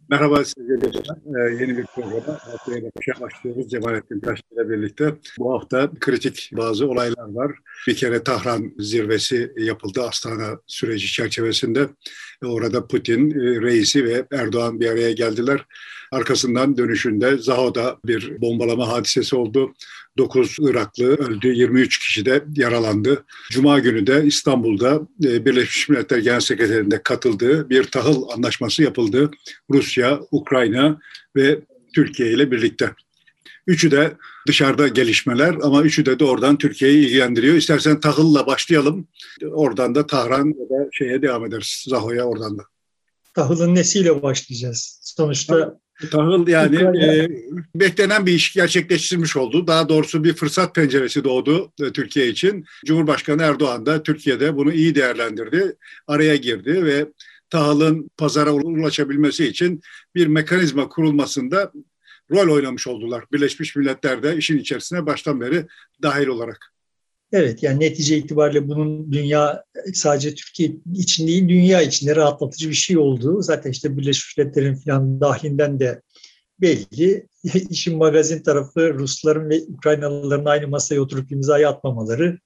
Merhaba sevgili dostlar. Yeni bir programa haftaya başlıyoruz Cemalettin Taşçı ile birlikte. Bu hafta kritik bazı olaylar var. Bir kere Tahran zirvesi yapıldı Astana süreci çerçevesinde. Orada Putin, reisi ve Erdoğan bir araya geldiler. Arkasından dönüşünde Zaho'da bir bombalama hadisesi oldu. 9 Iraklı öldü, 23 kişi de yaralandı. Cuma günü de İstanbul'da Birleşmiş Milletler Genel Sekreterinde katıldığı bir tahıl anlaşması yapıldı. Rusya, Ukrayna ve Türkiye ile birlikte. Üçü de dışarıda gelişmeler ama üçü de doğrudan Türkiye'yi ilgilendiriyor. İstersen tahılla başlayalım. Oradan da Tahran ya da şeye devam ederiz. Zaho'ya oradan da. Tahılın nesiyle başlayacağız? Sonuçta tahıl yani beklenen bir iş gerçekleştirmiş oldu. Daha doğrusu bir fırsat penceresi doğdu Türkiye için. Cumhurbaşkanı Erdoğan da Türkiye'de bunu iyi değerlendirdi. Araya girdi ve tahılın pazara ulaşabilmesi için bir mekanizma kurulmasında rol oynamış oldular. Birleşmiş Milletler de işin içerisine baştan beri dahil olarak. Evet, yani netice itibariyle bunun dünya, sadece Türkiye için değil dünya için de rahatlatıcı bir şey olduğu zaten işte Birleşmiş Milletler'in falan dahlinden de belli. İşin magazin tarafı Rusların ve Ukraynalıların aynı masaya oturup imzayı atmamaları.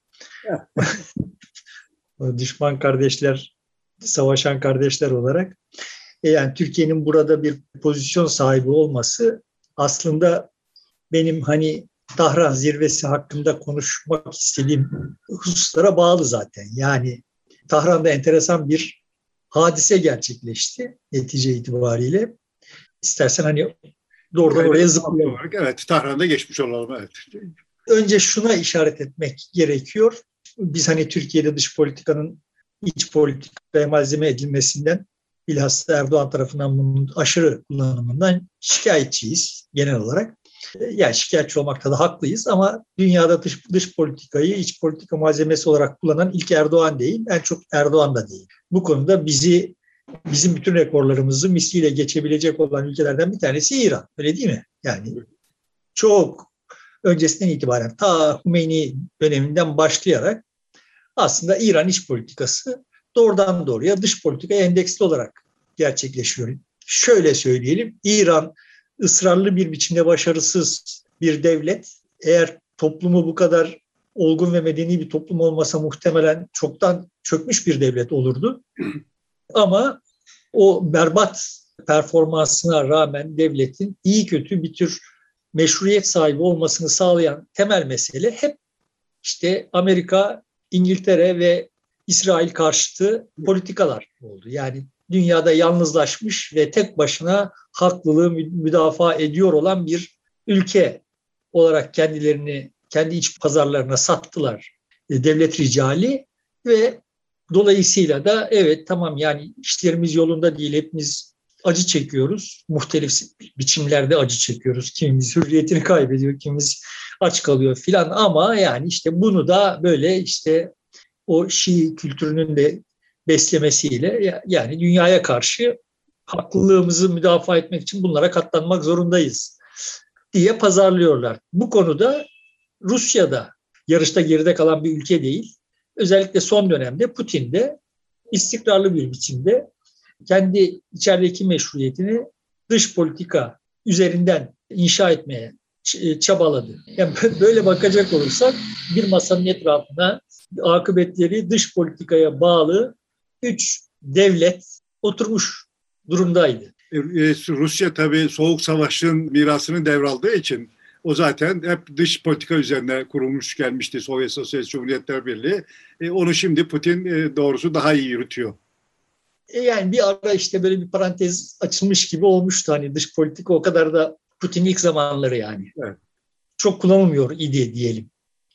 Düşman kardeşler, savaşan kardeşler olarak. Yani Türkiye'nin burada bir pozisyon sahibi olması aslında benim Tahran zirvesi hakkında konuşmak istediğim hususlara bağlı zaten. Yani Tahran'da enteresan bir hadise gerçekleşti netice itibariyle. İstersen doğrudan oraya zıplayalım. Evet, Tahran'da geçmiş olalım. Evet. Önce şuna işaret etmek gerekiyor. Biz Türkiye'de dış politikanın iç politikaya malzeme edilmesinden, bilhassa Erdoğan tarafından bunun aşırı kullanımından şikayetçiyiz genel olarak. Yani şikayetçi olmakta da haklıyız ama dünyada dış politikayı iç politika malzemesi olarak kullanan ilk Erdoğan değil, en çok Erdoğan da değil. Bu konuda bizim bütün rekorlarımızı misliyle geçebilecek olan ülkelerden bir tanesi İran. Öyle değil mi? Yani çok öncesinden itibaren ta Hümeyni döneminden başlayarak aslında İran iç politikası doğrudan doğruya dış politikaya endeksli olarak gerçekleşiyor. Şöyle söyleyelim, İran ısrarlı bir biçimde başarısız bir devlet. Eğer toplumu bu kadar olgun ve medeni bir toplum olmasa muhtemelen çoktan çökmüş bir devlet olurdu. Ama o berbat performansına rağmen devletin iyi kötü bir tür meşruiyet sahibi olmasını sağlayan temel mesele hep işte Amerika, İngiltere ve İsrail karşıtı politikalar oldu. Yani dünyada yalnızlaşmış ve tek başına haklılığı müdafaa ediyor olan bir ülke olarak kendilerini kendi iç pazarlarına sattılar devlet ricali ve dolayısıyla da evet tamam yani işlerimiz yolunda değil, hepimiz acı çekiyoruz. Muhtelif biçimlerde acı çekiyoruz. Kimimiz hürriyetini kaybediyor, kimimiz aç kalıyor filan ama yani işte bunu da böyle işte o Şii kültürünün de beslemesiyle yani dünyaya karşı haklılığımızı müdafaa etmek için bunlara katlanmak zorundayız diye pazarlıyorlar. Bu konuda Rusya'da yarışta geride kalan bir ülke değil. Özellikle son dönemde Putin de istikrarlı bir biçimde kendi içerideki meşruiyetini dış politika üzerinden inşa etmeye çabaladı. Yani böyle bakacak olursak bir masanın etrafına akıbetleri dış politikaya bağlı 3 devlet oturmuş durumdaydı. Rusya tabii Soğuk Savaş'ın mirasını devraldığı için o zaten hep dış politika üzerine kurulmuş gelmişti Sovyet Sosyalist Cumhuriyetler Birliği. Onu şimdi Putin doğrusu daha iyi yürütüyor. Yani bir ara işte böyle bir parantez açılmış gibi olmuştu dış politika o kadar da Putin ilk zamanları yani. Evet. Çok kullanılmıyor idi diyelim.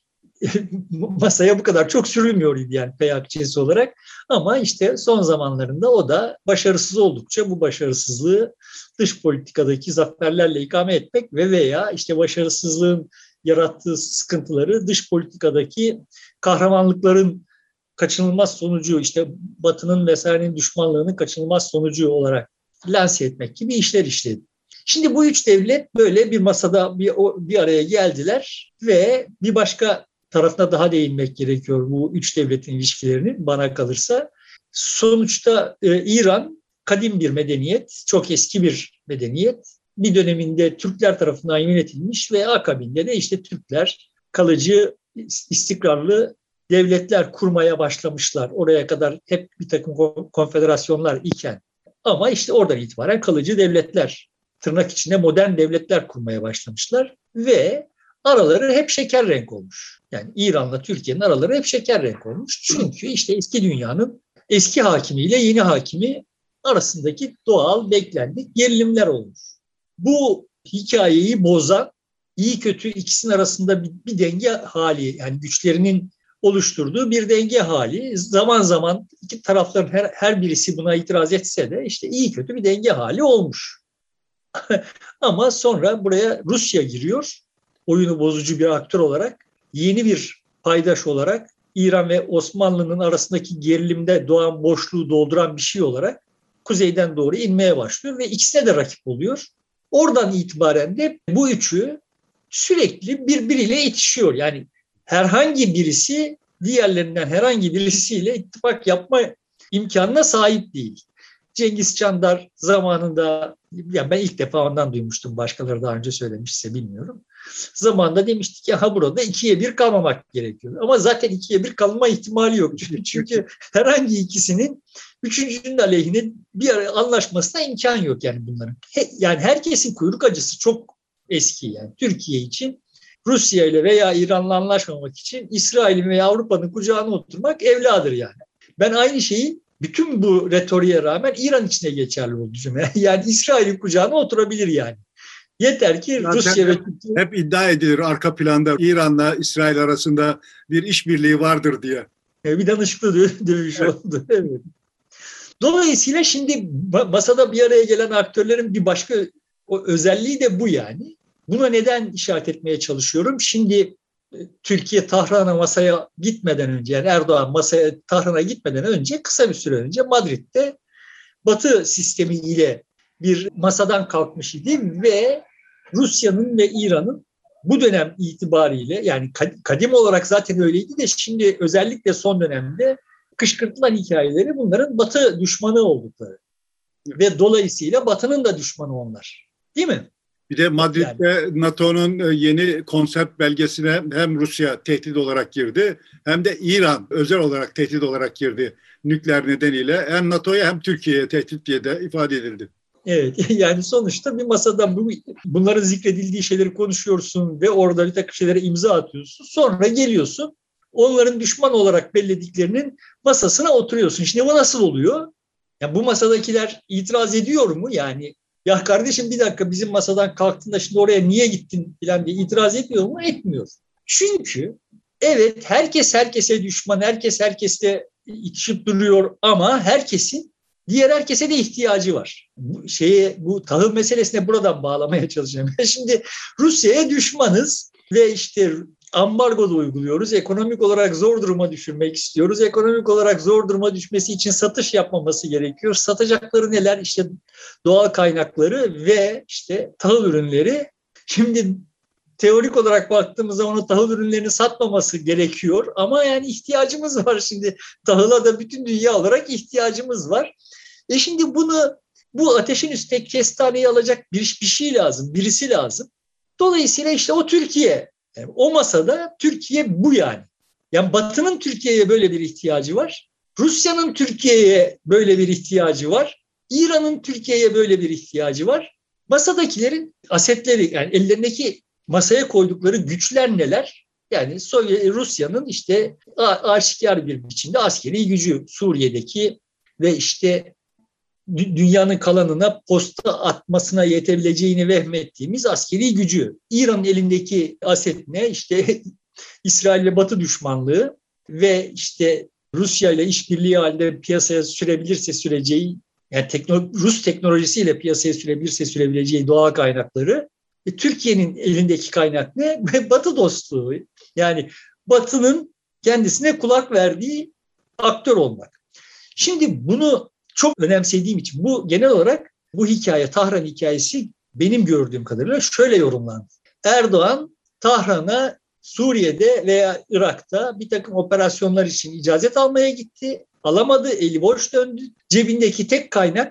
Masaya bu kadar çok sürülmüyor idi yani pay akçesi olarak. Ama işte son zamanlarında o da başarısız oldukça bu başarısızlığı dış politikadaki zaferlerle ikame etmek veya işte başarısızlığın yarattığı sıkıntıları dış politikadaki kahramanlıkların kaçınılmaz sonucu, işte Batı'nın vesairenin düşmanlığının kaçınılmaz sonucu olarak lanse etmek gibi işler işledi. Şimdi bu üç devlet böyle bir masada bir araya geldiler ve bir başka tarafına daha değinmek gerekiyor bu üç devletin ilişkilerinin bana kalırsa. Sonuçta İran kadim bir medeniyet, çok eski bir medeniyet. Bir döneminde Türkler tarafından yönetilmiş ve akabinde de işte Türkler kalıcı, istikrarlı devletler kurmaya başlamışlar. Oraya kadar hep bir takım konfederasyonlar iken. Ama işte oradan itibaren kalıcı devletler, tırnak içinde modern devletler kurmaya başlamışlar ve araları hep şeker renk olmuş. Yani İran'la Türkiye'nin araları hep şeker renk olmuş. Çünkü işte eski dünyanın eski hakimiyle yeni hakimi arasındaki doğal, beklendik gerilimler olmuş. Bu hikayeyi bozan, iyi kötü ikisinin arasında bir denge hali, yani güçlerinin oluşturduğu bir denge hali. Zaman zaman iki tarafların her birisi buna itiraz etse de işte iyi kötü bir denge hali olmuş. Ama sonra buraya Rusya giriyor. Oyunu bozucu bir aktör olarak, yeni bir paydaş olarak, İran ve Osmanlı'nın arasındaki gerilimde doğan boşluğu dolduran bir şey olarak kuzeyden doğru inmeye başlıyor ve ikisine de rakip oluyor. Oradan itibaren de bu üçü sürekli birbiriyle itişiyor. Yani herhangi birisi diğerlerinden herhangi birisiyle ittifak yapma imkanına sahip değil. Cengiz Çandar zamanında, yani ben ilk defa ondan duymuştum, başkaları daha önce söylemişse bilmiyorum. Zamanında demiştik ki burada 2'ye 1 kalmamak gerekiyor. Ama zaten 2'ye 1 kalma ihtimali yok. Çünkü herhangi ikisinin üçüncünün aleyhine bir anlaşmasına imkan yok yani bunların. Yani herkesin kuyruk acısı çok eski yani. Türkiye için Rusya ile veya İran'la anlaşmamak için İsrail'in veya Avrupa'nın kucağına oturmak evladır yani. Ben aynı şeyi bütün bu retoriğe rağmen İran içine geçerli olduğunu düşünüyorum. Yani İsrail'in kucağına oturabilir yani. Yeter ki zaten Rusya ve Türkiye... Hep iddia edilir arka planda İran'la İsrail arasında bir işbirliği vardır diye. Bir danışıklı dövüş oldu. Evet. Dolayısıyla şimdi masada bir araya gelen aktörlerin bir başka özelliği de bu yani. Buna neden işaret etmeye çalışıyorum? Şimdi Türkiye Tahran'a masaya gitmeden önce, yani Erdoğan masaya Tahran'a gitmeden önce, kısa bir süre önce Madrid'de Batı sistemiyle bir masadan kalkmış idi ve Rusya'nın ve İran'ın bu dönem itibariyle, yani kadim olarak zaten öyleydi de şimdi özellikle son dönemde kışkırtılan hikayeleri bunların Batı düşmanı oldukları ve dolayısıyla Batı'nın da düşmanı onlar. Değil mi? Bir de Madrid'de yani, NATO'nun yeni konsept belgesine hem Rusya tehdit olarak girdi hem de İran özel olarak tehdit olarak girdi nükleer nedeniyle. Hem NATO'ya hem Türkiye'ye tehdit diye de ifade edildi. Evet, yani sonuçta bir masadan bunların zikredildiği şeyleri konuşuyorsun ve orada bir takım şeylere imza atıyorsun. Sonra geliyorsun, onların düşman olarak belirlediklerinin masasına oturuyorsun. Şimdi bu nasıl oluyor? Yani bu masadakiler itiraz ediyor mu? Yani ya kardeşim bir dakika, bizim masadan kalktın da şimdi oraya niye gittin falan diye itiraz ediyor mu? Etmiyor. Çünkü evet, herkes herkese düşman, herkes herkesle itişip duruyor ama herkesin diğer herkese de ihtiyacı var. Bu tahıl meselesine buradan bağlamaya çalışıyorum. Şimdi Rusya'ya düşmanız ve işte ambargo da uyguluyoruz. Ekonomik olarak zor duruma düşürmek istiyoruz. Ekonomik olarak zor duruma düşmesi için satış yapmaması gerekiyor. Satacakları neler? İşte doğal kaynakları ve işte tahıl ürünleri. Şimdi teorik olarak baktığımız zaman o tahıl ürünlerini satmaması gerekiyor. Ama yani ihtiyacımız var şimdi. Tahıla da bütün dünya olarak ihtiyacımız var. Şimdi bu ateşin üstteki kestaneyi alacak bir şey lazım, birisi lazım. Dolayısıyla işte o Türkiye. Yani o masada Türkiye bu yani. Yani Batı'nın Türkiye'ye böyle bir ihtiyacı var. Rusya'nın Türkiye'ye böyle bir ihtiyacı var. İran'ın Türkiye'ye böyle bir ihtiyacı var. Masadakilerin asetleri, yani ellerindeki masaya koydukları güçler neler? Yani Rusya'nın işte aşikar bir biçimde askeri gücü, Suriye'deki ve işte dünyanın kalanına posta atmasına yetebileceğini vehmettiğimiz askeri gücü. İran'ın elindeki aset ne? İşte İsrail ile Batı düşmanlığı ve işte Rusya ile işbirliği halinde piyasaya sürebilirse süreceği, yani Rus teknolojisiyle piyasaya sürebilirse sürebileceği doğal kaynakları. Türkiye'nin elindeki kaynak ne? Batı dostluğu. Yani Batı'nın kendisine kulak verdiği aktör olmak. Şimdi bunu çok önemsediğim için bu genel olarak bu hikaye, Tahran hikayesi benim gördüğüm kadarıyla şöyle yorumlandı. Erdoğan Tahran'a Suriye'de veya Irak'ta bir takım operasyonlar için icazet almaya gitti. Alamadı, eli boş döndü. Cebindeki tek kaynak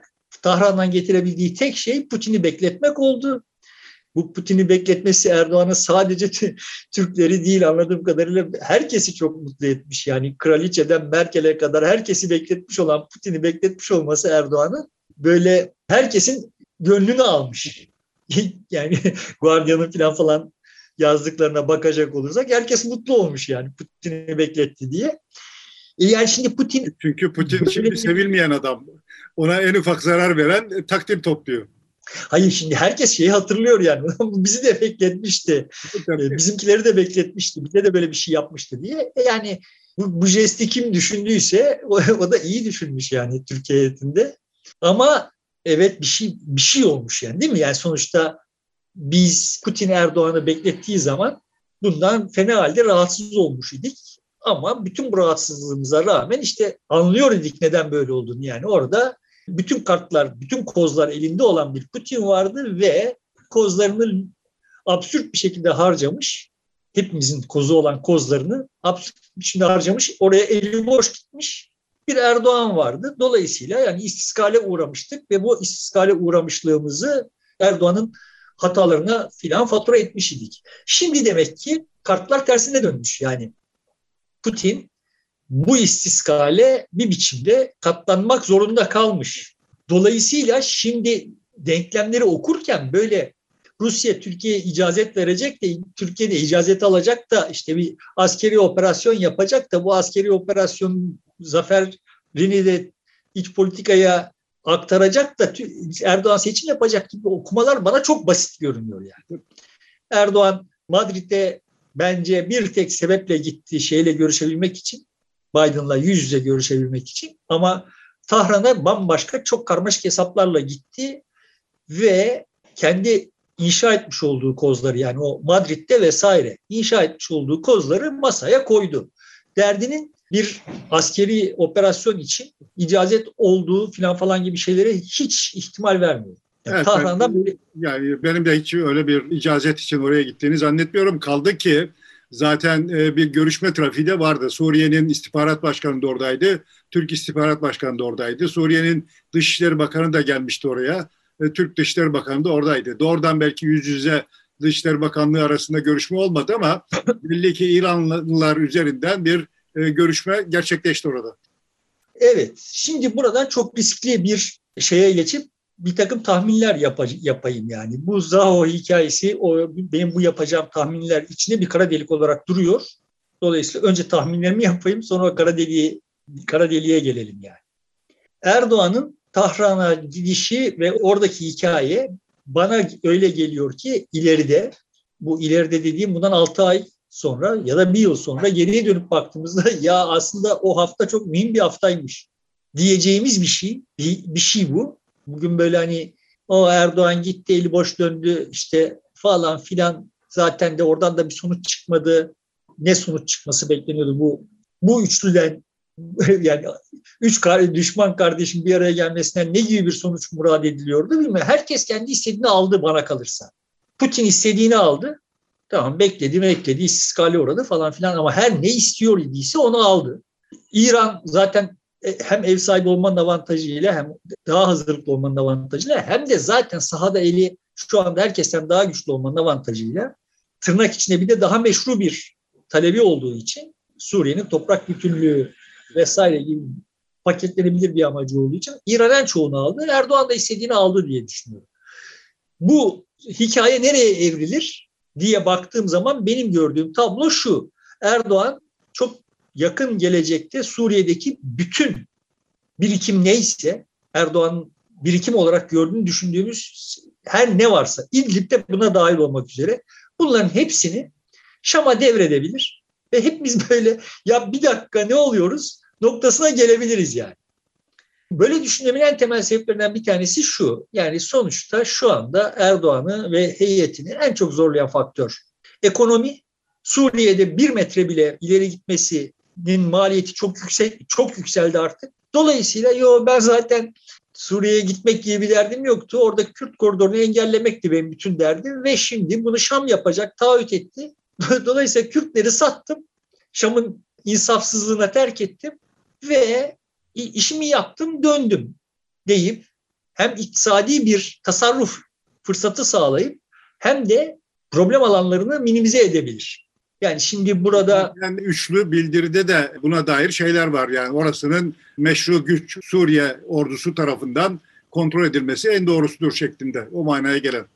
Tahran'dan getirebildiği tek şey Putin'i bekletmek oldu. Bu Putin'i bekletmesi Erdoğan'ın sadece Türkleri değil, anladığım kadarıyla herkesi çok mutlu etmiş. Yani kraliçeden Merkel'e kadar herkesi bekletmiş olan Putin'i bekletmiş olması Erdoğan'ın böyle herkesin gönlünü almış. Yani Guardian'ın falan yazdıklarına bakacak olursak herkes mutlu olmuş yani Putin'i bekletti diye. Yani şimdi Putin... Çünkü Putin şimdi sevilmeyen adam. Ona en ufak zarar veren takdim topluyor. Hayır, şimdi herkes şeyi hatırlıyor yani. Bizi de bekletmişti. Bizimkileri de bekletmişti. Bize de böyle bir şey yapmıştı diye. Yani bu jesti kim düşündüyse o da iyi düşünmüş yani Türkiye heyetinde. Ama evet, bir şey olmuş yani, değil mi? Yani sonuçta biz Putin Erdoğan'ı beklettiği zaman bundan fena halde rahatsız olmuş idik. Ama bütün bu rahatsızlığımıza rağmen işte anlıyor idik neden böyle olduğunu. Yani orada bütün kartlar, bütün kozlar elinde olan bir Putin vardı ve kozlarını absürt bir şekilde harcamış. Hepimizin kozu olan kozlarını absürt bir şekilde harcamış. Oraya eli boş gitmiş bir Erdoğan vardı. Dolayısıyla yani istiskale uğramıştık ve bu istiskale uğramışlığımızı Erdoğan'ın hatalarına filan fatura etmiş idik. Şimdi demek ki kartlar tersine dönmüş. Yani Putin bu istiskale bir biçimde katlanmak zorunda kalmış. Dolayısıyla şimdi denklemleri okurken böyle Rusya Türkiye'ye icazet verecek de Türkiye'de icazet alacak da işte bir askeri operasyon yapacak da bu askeri operasyon zaferini de iç politikaya aktaracak da Erdoğan seçim yapacak gibi okumalar bana çok basit görünüyor yani. Erdoğan Madrid'e bence bir tek sebeple gitti, şeyle görüşebilmek için, Biden'la yüz yüze görüşebilmek için, ama Tahran'a bambaşka çok karmaşık hesaplarla gitti ve kendi inşa etmiş olduğu kozları, yani o Madrid'de vesaire inşa etmiş olduğu kozları masaya koydu. Derdinin bir askeri operasyon için icazet olduğu falan gibi şeylere hiç ihtimal vermiyor. Yani evet, Tahran'dan böyle... Yani benim de hiç öyle bir icazet için oraya gittiğini zannetmiyorum. Kaldı ki zaten bir görüşme trafiği de vardı. Suriye'nin istihbarat başkanı da oradaydı. Türk istihbarat başkanı da oradaydı. Suriye'nin Dışişleri Bakanı da gelmişti oraya. Türk Dışişleri Bakanı da oradaydı. Doğrudan belki yüz yüze Dışişleri Bakanlığı arasında görüşme olmadı ama belli ki İranlılar üzerinden bir görüşme gerçekleşti orada. Evet, şimdi buradan çok riskli bir şeye geçip bir takım tahminler yapayım yani. Bu Zaho hikayesi, benim bu yapacağım tahminler içinde bir kara delik olarak duruyor. Dolayısıyla önce tahminlerimi yapayım, sonra kara deliğe gelelim yani. Erdoğan'ın Tahran'a gidişi ve oradaki hikaye bana öyle geliyor ki ileride, bu ileride dediğim bundan 6 ay sonra ya da bir yıl sonra geriye dönüp baktığımızda ya aslında o hafta çok mühim bir haftaymış diyeceğimiz bir şey bu. Bugün böyle hani o Erdoğan gitti eli boş döndü işte falan filan, zaten de oradan da bir sonuç çıkmadı. Ne sonuç çıkması bekleniyordu bu üçlüden, yani üç düşman kardeşin bir araya gelmesinden ne gibi bir sonuç murad ediliyordu bilmiyorum. Herkes kendi istediğini aldı bana kalırsa. Putin istediğini aldı. Tamam, bekledi, istiskale uğradı falan filan, ama her ne istiyor idiyse onu aldı. İran zaten hem ev sahibi olmanın avantajıyla hem daha hazırlıklı olmanın avantajıyla hem de zaten sahada eli şu anda herkesten daha güçlü olmanın avantajıyla tırnak içinde bir de daha meşru bir talebi olduğu için Suriye'nin toprak bütünlüğü vesaire gibi paketlenebilir bir amacı olduğu için İran en çoğunu aldı. Erdoğan da istediğini aldı diye düşünüyorum. Bu hikaye nereye evrilir diye baktığım zaman benim gördüğüm tablo şu: Erdoğan çok yakın gelecekte Suriye'deki bütün birikim neyse, Erdoğan'ın birikim olarak gördüğünü düşündüğümüz her ne varsa, İdlib'de buna dahil olmak üzere, bunların hepsini Şam'a devredebilir ve hepimiz böyle ya bir dakika ne oluyoruz noktasına gelebiliriz yani. Böyle düşünmemin en temel sebeplerinden bir tanesi şu: yani sonuçta şu anda Erdoğan'ı ve heyetini en çok zorlayan faktör ekonomi. Suriye'de 1 metre bile ileri gitmesinin maliyeti çok yükseldi artık. Dolayısıyla ben zaten Suriye'ye gitmek gibi bir derdim yoktu. Orada Kürt koridorunu engellemekti benim bütün derdim ve şimdi bunu Şam yapacak, taahhüt etti. Dolayısıyla Kürtleri sattım, Şam'ın insafsızlığına terk ettim ve işimi yaptım, döndüm deyip hem iktisadi bir tasarruf fırsatı sağlayıp hem de problem alanlarını minimize edebilir. Yani şimdi burada... Yani üçlü bildiride de buna dair şeyler var. Yani orasının meşru güç Suriye ordusu tarafından kontrol edilmesi en doğrusudur şeklinde. O manaya gelen.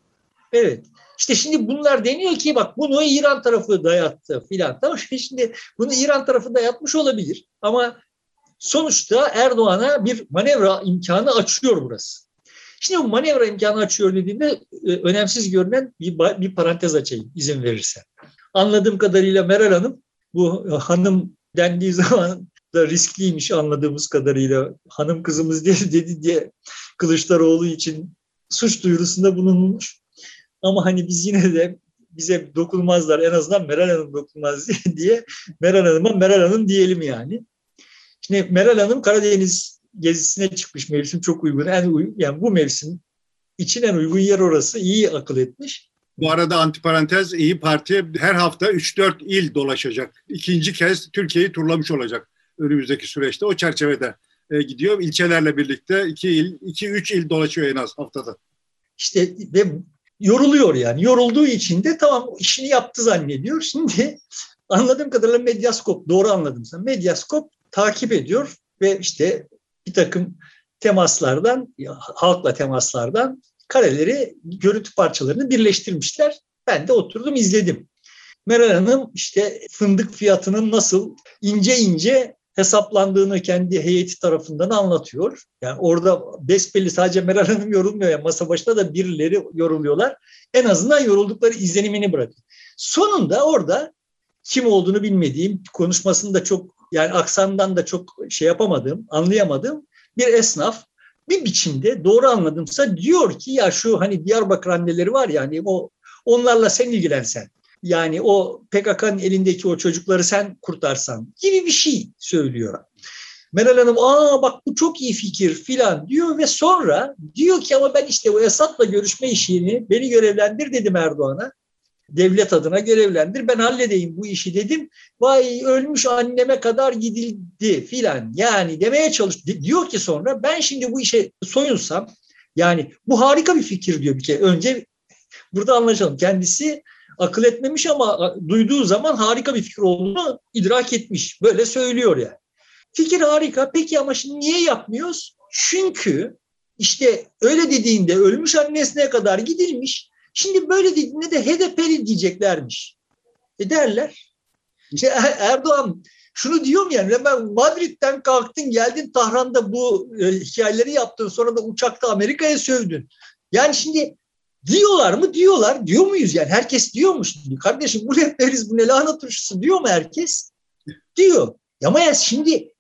Evet. İşte şimdi bunlar deniyor ki bak bunu İran tarafı dayattı filan. Tamam, şimdi bunu İran tarafı dayatmış olabilir. Ama sonuçta Erdoğan'a bir manevra imkanı açıyor burası. Şimdi bu manevra imkanı açıyor dediğimde önemsiz görünen bir parantez açayım izin verirsen. Anladığım kadarıyla Meral Hanım, bu hanım dendiği zaman da riskliymiş anladığımız kadarıyla. Hanım kızımız dedi diye Kılıçdaroğlu için suç duyurusunda bulunmuş. Ama hani biz yine de bize dokunmazlar, en azından Meral Hanım dokunmaz diye Meral Hanım'a Meral Hanım diyelim yani. Şimdi Meral Hanım Karadeniz gezisine çıkmış, mevsim çok uygun. Yani bu mevsim için en uygun yer orası. İyi akıl etmiş. Bu arada antiparantez İYİ Parti her hafta 3-4 il dolaşacak. İkinci kez Türkiye'yi turlamış olacak önümüzdeki süreçte. O çerçevede gidiyor. İlçelerle birlikte 2-3 il dolaşıyor en az haftada. İşte ve yoruluyor yani. Yorulduğu için de tamam işini yaptı zannediyor. Şimdi anladığım kadarıyla Medyaskop, doğru anladım sen. Medyaskop takip ediyor ve işte bir takım temaslardan, halkla temaslardan kareleri, görüntü parçalarını birleştirmişler. Ben de oturdum izledim. Meral Hanım işte fındık fiyatının nasıl ince ince hesaplandığını kendi heyeti tarafından anlatıyor. Yani orada besbelli sadece Meral Hanım yorulmuyor. Yani masa başında da birileri yoruluyorlar. En azından yoruldukları izlenimini bırakıyor. Sonunda orada kim olduğunu bilmediğim, konuşmasını da çok yani aksandan da çok anlayamadığım bir esnaf bir biçimde doğru anladımsa diyor ki ya şu hani Diyarbakır anneleri var ya hani onlarla sen ilgilensen. Yani o PKK'nın elindeki o çocukları sen kurtarsan gibi bir şey söylüyor. Meral Hanım bak bu çok iyi fikir filan diyor ve sonra diyor ki ama ben işte o Esad'la görüşme işini beni görevlendir dedim Erdoğan'a. Devlet adına görevlendir ben halledeyim bu işi dedim. Vay ölmüş anneme kadar gidildi filan yani demeye çalıştı. Diyor ki sonra ben şimdi bu işe soyunsam yani bu harika bir fikir diyor bir kere. Önce burada anlaşalım kendisi akıl etmemiş ama duyduğu zaman harika bir fikir olduğunu idrak etmiş. Böyle söylüyor yani. Fikir harika. Peki ama şimdi niye yapmıyoruz? Çünkü işte öyle dediğinde ölmüş annesine kadar gidilmiş. Şimdi böyle dediğinde de HDP'li diyeceklermiş. Derler. İşte Erdoğan şunu diyorum yani ben Madrid'den kalktın geldin Tahran'da bu hikayeleri yaptın sonra da uçakta Amerika'ya sövdün. Yani şimdi diyorlar mı? Diyorlar. Diyor muyuz yani? Herkes diyormuş. Kardeşim bu ne deriz, bu ne lahana turşusu diyor mu herkes? Diyor. Ama ya şimdi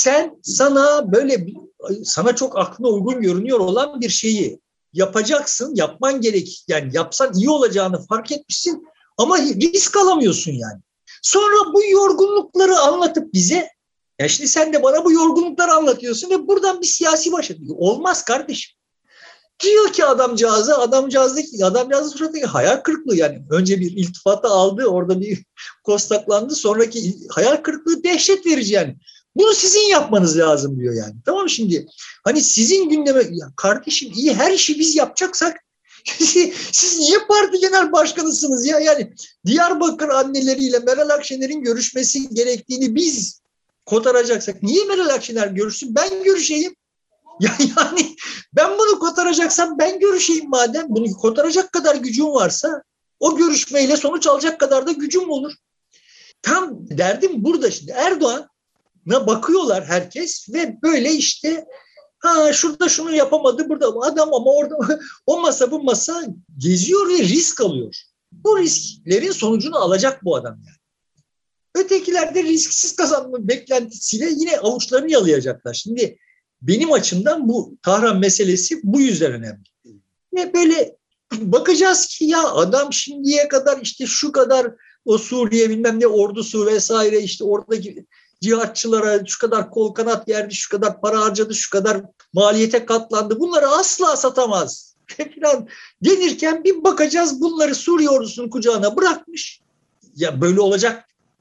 sana çok aklına uygun görünüyor olan bir şeyi yapacaksın, yapman gerek. Yani yapsan iyi olacağını fark etmişsin ama risk alamıyorsun yani. Sonra bu yorgunlukları anlatıp bize ya şimdi sen de bana bu yorgunlukları anlatıyorsun ve buradan bir siyasi başarı. Olmaz kardeşim. Diyor ki adamcağızın suratındaki hayal kırıklığı yani önce bir iltifatı aldı orada bir kostaklandı sonraki hayal kırıklığı dehşet verici yani. Bunu sizin yapmanız lazım diyor yani. Tamam şimdi hani sizin gündeme ya kardeşim iyi her işi biz yapacaksak siz niye parti genel başkanısınız ya yani Diyarbakır anneleriyle Meral Akşener'in görüşmesi gerektiğini biz kotaracaksak niye Meral Akşener görüşsün ben görüşeyim. Yani ben bunu kotaracaksam ben görüşeyim madem. Bunu kotaracak kadar gücüm varsa o görüşmeyle sonuç alacak kadar da gücüm olur. Tam derdim burada şimdi. Erdoğan'a bakıyorlar herkes ve böyle işte şurada şunu yapamadı burada adam ama orada o masa bu masa geziyor ve risk alıyor. Bu risklerin sonucunu alacak bu adam yani. Ötekiler de risksiz kazanma beklentisiyle yine avuçlarını yalayacaklar. Şimdi benim açımdan bu Tahran meselesi bu yüzden önemli. Ve böyle bakacağız ki ya adam şimdiye kadar işte şu kadar o Suriye bilmem ne ordusu vesaire işte oradaki cihatçılara şu kadar kol kanat gerdi, şu kadar para harcadı, şu kadar maliyete katlandı. Bunları asla satamaz falan denirken bir bakacağız bunları Suriye ordusunun kucağına bırakmış. Ya böyle olacak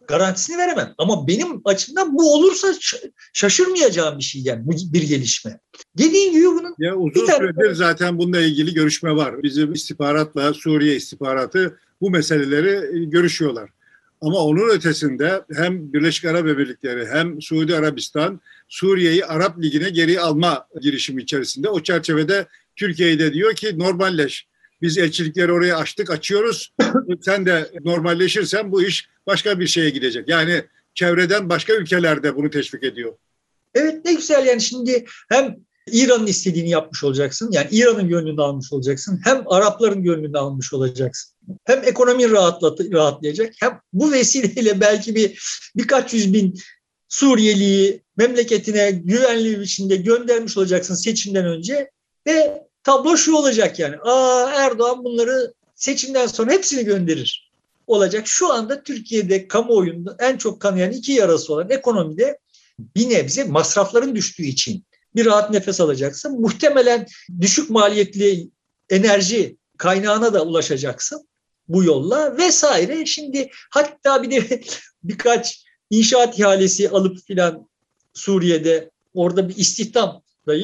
Garantisini veremem. Ama benim açımdan bu olursa şaşırmayacağım bir şey yani, bu bir gelişme. Dediğin gibi bunun ya uzun süredir zaten bununla ilgili görüşme var. Bizim istihbaratla Suriye istihbaratı bu meseleleri görüşüyorlar. Ama onun ötesinde hem Birleşik Arap Emirlikleri hem Suudi Arabistan Suriye'yi Arap Ligi'ne geri alma girişimi içerisinde. O çerçevede Türkiye'ye de diyor ki normalleş. Biz elçilikleri oraya açıyoruz. Sen de normalleşirsen bu iş başka bir şeye gidecek. Yani çevreden başka ülkeler de bunu teşvik ediyor. Evet, ne güzel yani, şimdi hem İran'ın istediğini yapmış olacaksın. Yani İran'ın gönlünü almış olacaksın. Hem Arapların gönlünü almış olacaksın. Hem ekonomi rahatlayacak. Hem bu vesileyle belki birkaç yüz bin Suriyeliyi memleketine güvenli bir biçimde göndermiş olacaksın seçimden önce. Ve tablo şu olacak yani. Erdoğan bunları seçimden sonra hepsini gönderir olacak. Şu anda Türkiye'de kamuoyunda en çok kanayan iki yarası olan ekonomide bir nebze masrafların düştüğü için bir rahat nefes alacaksın. Muhtemelen düşük maliyetli enerji kaynağına da ulaşacaksın bu yolla vesaire. Şimdi hatta bir de birkaç inşaat ihalesi alıp filan Suriye'de orada bir istihdam da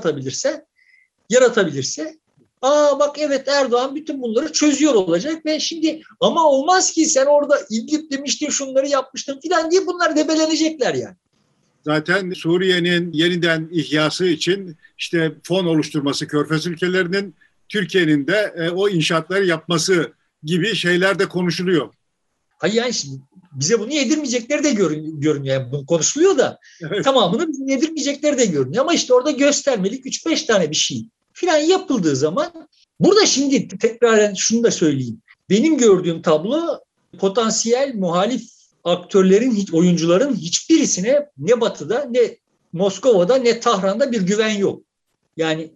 yaratabilirse bak evet, Erdoğan bütün bunları çözüyor olacak ve şimdi ama olmaz ki sen orada İdlib demiştin, şunları yapmıştın filan diye bunlar debelenecekler yani. Zaten Suriye'nin yeniden ihyası için işte fon oluşturması Körfez ülkelerinin, Türkiye'nin de o inşaatları yapması gibi şeyler de konuşuluyor. Hayır yani şimdi bize bunu yedirmeyecekleri de görünüyor. Yani bu konuşuluyor da evet. Tamamını bize yedirmeyecekleri de görünüyor. Ama işte orada göstermelik 3-5 tane bir şey filan yapıldığı zaman burada şimdi tekrar şunu da söyleyeyim. Benim gördüğüm tablo potansiyel muhalif aktörlerin, oyuncuların hiçbirisine ne Batı'da, ne Moskova'da, ne Tahran'da bir güven yok. Yani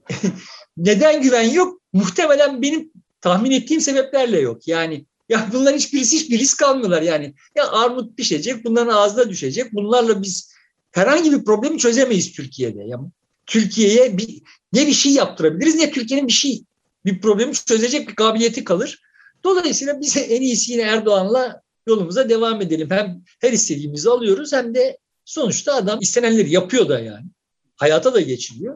neden güven yok? Muhtemelen benim tahmin ettiğim sebeplerle yok. Yani ya bunların hiçbir risk almıyorlar yani. Ya armut pişecek, bunların ağzına düşecek. Bunlarla biz herhangi bir problemi çözemeyiz Türkiye'de. Ya Türkiye'ye ne bir şey yaptırabiliriz, ne Türkiye'nin bir problemi çözecek bir kabiliyeti kalır. Dolayısıyla biz en iyisi yine Erdoğan'la yolumuza devam edelim. Hem her istediğimizi alıyoruz hem de sonuçta adam istenenleri yapıyor da yani. Hayata da geçiriyor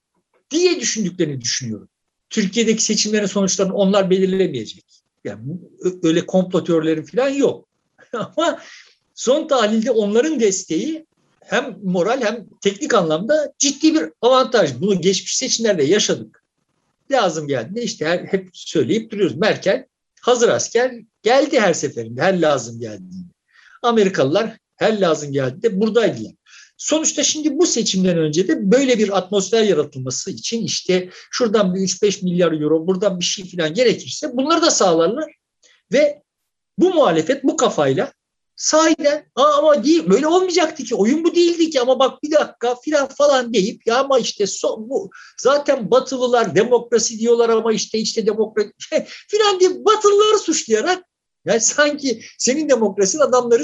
diye düşündüklerini düşünüyorum. Türkiye'deki seçimlerin sonuçlarını onlar belirlemeyecek. Yani öyle komplo teorileri falan yok. Ama son tahlilde onların desteği hem moral hem teknik anlamda ciddi bir avantaj. Bunu geçmiş seçimlerde yaşadık. Lazım geldiğinde işte hep söyleyip duruyoruz. Merkel hazır asker geldi her seferinde, her lazım geldiğinde. Amerikalılar her lazım geldiğinde buradaydılar. Sonuçta şimdi bu seçimden önce de böyle bir atmosfer yaratılması için işte şuradan bir 3-5 milyar euro, buradan bir şey falan gerekirse bunları da sağlarlar. Ve bu muhalefet bu kafayla sahiden ama değil, böyle olmayacaktı ki, oyun bu değildi ki ama bak bir dakika falan deyip ya ama işte bu zaten Batılılar demokrasi diyorlar ama işte demokrasi filan diye Batılıları suçlayarak yani sanki senin demokrasin adamları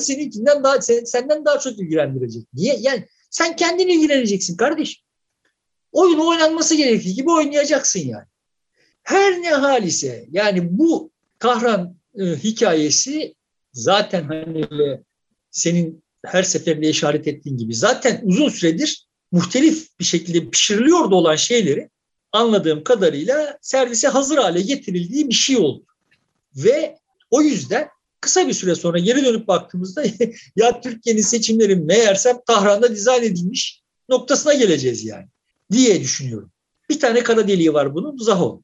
senden daha çok ilgilendirecek. Niye? Yani sen kendin ilgileneceksin kardeşim. Oyunu oynanması gerektiği gibi oynayacaksın yani. Her ne hal ise yani bu Tahran hikayesi zaten hani senin her seferinde işaret ettiğin gibi zaten uzun süredir muhtelif bir şekilde pişiriliyordu olan şeyleri anladığım kadarıyla servise hazır hale getirildiği bir şey oldu. Ve o yüzden kısa bir süre sonra geri dönüp baktığımızda ya Türkiye'nin seçimleri meğersem Tahran'da dizayn edilmiş noktasına geleceğiz yani diye düşünüyorum. Bir tane kara deliği var bunun, Zaho.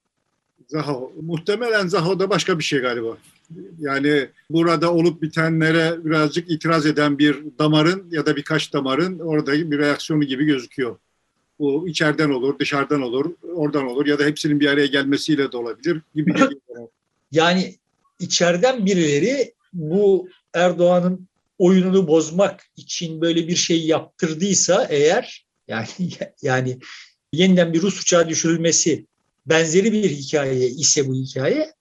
Muhtemelen Zaho da başka bir şey galiba. Yani burada olup bitenlere birazcık itiraz eden bir damarın ya da birkaç damarın oradaki bir reaksiyonu gibi gözüküyor. Bu içeriden olur, dışarıdan olur, oradan olur ya da hepsinin bir araya gelmesiyle de olabilir gibi. Yani içeriden birileri bu Erdoğan'ın oyununu bozmak için böyle bir şey yaptırdıysa eğer yani yeniden bir Rus uçağı düşürülmesi benzeri bir hikaye ise bu hikaye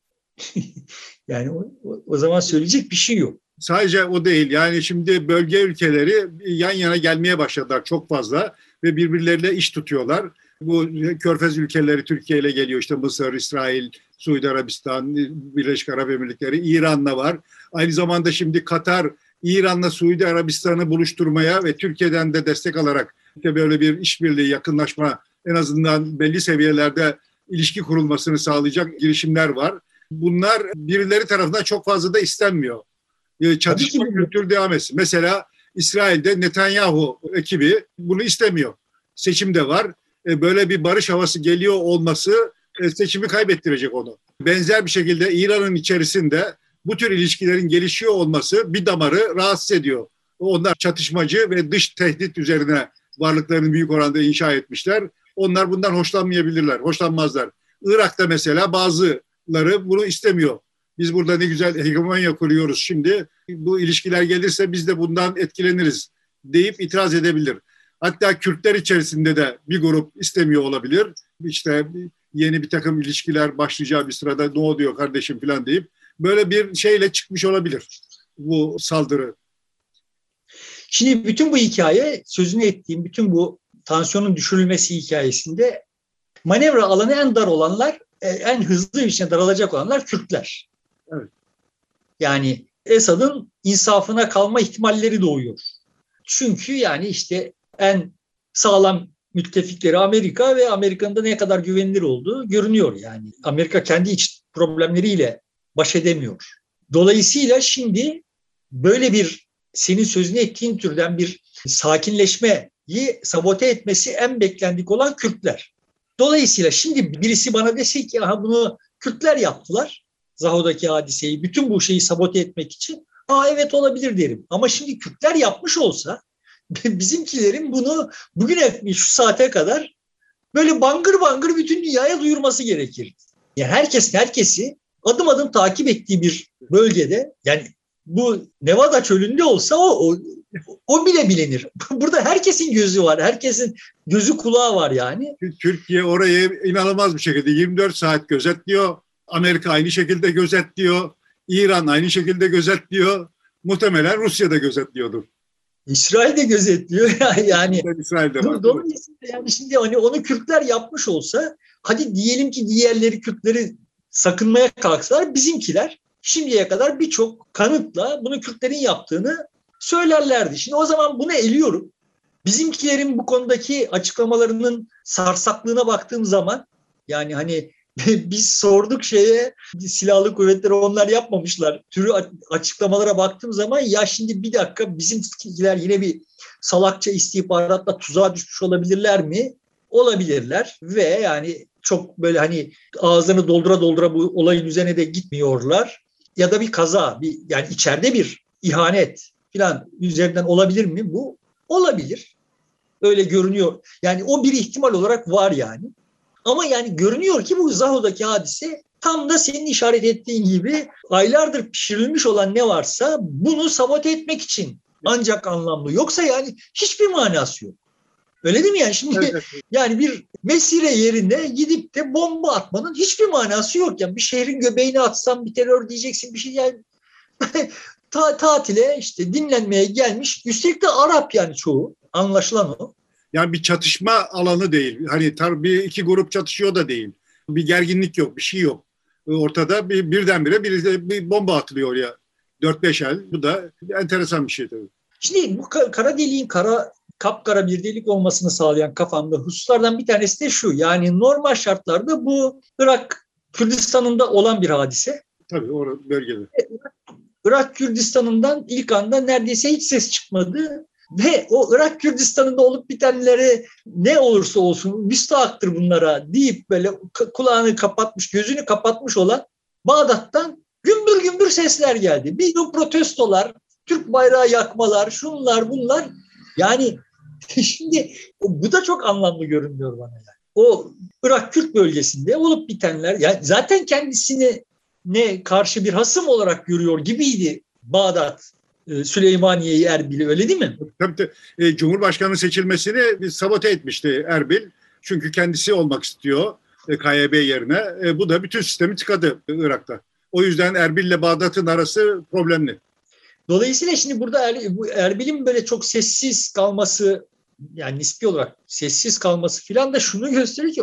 yani o zaman söyleyecek bir şey yok. Sadece o değil. Yani şimdi bölge ülkeleri yan yana gelmeye başladılar çok fazla ve birbirleriyle iş tutuyorlar. Bu Körfez ülkeleri Türkiye ile geliyor. İşte Mısır, İsrail, Suudi Arabistan, Birleşik Arap Emirlikleri, İran'la var. Aynı zamanda şimdi Katar İran'la Suudi Arabistan'ı buluşturmaya ve Türkiye'den de destek alarak işte böyle bir işbirliği, yakınlaşma, en azından belli seviyelerde ilişki kurulmasını sağlayacak girişimler var. Bunlar birileri tarafından çok fazla da istenmiyor. Çatışma kültürü devam etsin. Mesela İsrail'de Netanyahu ekibi bunu istemiyor. Seçim de var. Böyle bir barış havası geliyor olması seçimi kaybettirecek onu. Benzer bir şekilde İran'ın içerisinde bu tür ilişkilerin gelişiyor olması bir damarı rahatsız ediyor. Onlar çatışmacı ve dış tehdit üzerine varlıklarını büyük oranda inşa etmişler. Onlar bundan hoşlanmayabilirler, hoşlanmazlar. Irak'ta mesela bazıları bunu istemiyor. Biz burada ne güzel hegemonya kuruyoruz şimdi. Bu ilişkiler gelirse biz de bundan etkileniriz deyip itiraz edebilir. Hatta Kürtler içerisinde de bir grup istemiyor olabilir. İşte yeni bir takım ilişkiler başlayacağı bir sırada ne oluyor kardeşim falan deyip böyle bir şeyle çıkmış olabilir bu saldırı. Şimdi bütün bu hikaye, sözünü ettiğim bütün bu tansiyonun düşürülmesi hikayesinde manevra alanı en dar olanlar, en hızlı bir şekilde daralacak olanlar Kürtler. Evet. Yani Esad'ın insafına kalma ihtimalleri doğuyor. Çünkü yani işte en sağlam müttefikleri Amerika ve Amerika'nın da ne kadar güvenilir olduğu görünüyor yani. Amerika kendi iç problemleriyle baş edemiyor. Dolayısıyla şimdi böyle bir senin sözünü ettiğin türden bir sakinleşmeyi sabote etmesi en beklendik olan Kürtler. Dolayısıyla şimdi birisi bana dese ki aha bunu Kürtler yaptılar, Zaho'daki hadiseyi, bütün bu şeyi sabote etmek için, evet olabilir derim. Ama şimdi Kürtler yapmış olsa bizimkilerin bunu bugüne şu saate kadar böyle bangır bangır bütün dünyaya duyurması gerekir. Yani herkesi adım adım takip ettiği bir bölgede, yani bu Nevada çölünde olsa o bile bilinir. Burada herkesin gözü var, herkesin gözü kulağı var yani. Türkiye orayı inanılmaz bir şekilde 24 saat gözetliyor. Amerika aynı şekilde gözetliyor. İran aynı şekilde gözetliyor. Muhtemelen Rusya da gözetliyordur. İsrail de gözetliyor yani. İsrail'de var. Dolayısıyla yani şimdi hani onu Kürtler yapmış olsa, hadi diyelim ki diğerleri Kürtleri sakınmaya kalksalar, bizimkiler şimdiye kadar birçok kanıtla bunu Kürtlerin yaptığını söylerlerdi. Şimdi o zaman bunu eliyorum. Bizimkilerin bu konudaki açıklamalarının sarsaklığına baktığım zaman, yani hani biz sorduk silahlı kuvvetleri onlar yapmamışlar türü açıklamalara baktığım zaman, ya şimdi bir dakika, bizimkiler yine bir salakça istihbaratla tuzağa düşmüş olabilirler mi? Olabilirler ve yani çok böyle hani ağızlarını doldura bu olayın üzerine de gitmiyorlar. Ya da bir kaza, yani içeride bir ihanet falan üzerinden olabilir mi? Bu olabilir. Öyle görünüyor. Yani o bir ihtimal olarak var yani. Ama yani görünüyor ki bu Zaho'daki hadise tam da senin işaret ettiğin gibi aylardır pişirilmiş olan ne varsa bunu sabote etmek için ancak anlamlı. Yoksa yani hiçbir manası yok. Öyle değil mi yani? Şimdi evet. Yani bir mesire yerine gidip de bomba atmanın hiçbir manası yok. Yani bir şehrin göbeğine atsan bir terör diyeceksin, bir şey yani. Tatile işte dinlenmeye gelmiş. Üstelik de Arap yani çoğu. Anlaşılan o. Yani bir çatışma alanı değil. Hani bir iki grup çatışıyor da değil. Bir gerginlik yok, bir şey yok. Ortada birdenbire bir bomba atılıyor oraya. 4-5 el. Bu da enteresan bir şey tabii. Şimdi bu kara deliğin kapkara bir delik olmasını sağlayan kafamda hususlardan bir tanesi de şu. Yani normal şartlarda bu Irak Kürdistan'ında olan bir hadise. Tabii o bölgede. Irak Kürdistan'ından ilk anda neredeyse hiç ses çıkmadı. Ve o Irak Kürdistan'ında olup bitenleri ne olursa olsun müstahaktır bunlara deyip böyle kulağını kapatmış, gözünü kapatmış olan Bağdat'tan gümbür gümbür sesler geldi. Bir de protestolar, Türk bayrağı yakmalar, şunlar bunlar. Yani şimdi bu da çok anlamlı görünüyor bana. Yani. O Irak Kürt bölgesinde olup bitenler, yani zaten kendisini karşı bir hasım olarak görüyor gibiydi Bağdat, Süleymaniye'yi, Erbil'i, öyle değil mi? Tabii. Cumhurbaşkanı seçilmesini sabote etmişti Erbil. Çünkü kendisi olmak istiyor KYB yerine. Bu da bütün sistemi tıkadı Irak'ta. O yüzden Erbil'le Bağdat'ın arası problemli. Dolayısıyla şimdi burada Erbil'in böyle çok sessiz kalması, yani nispi olarak sessiz kalması filan da şunu gösteriyor ki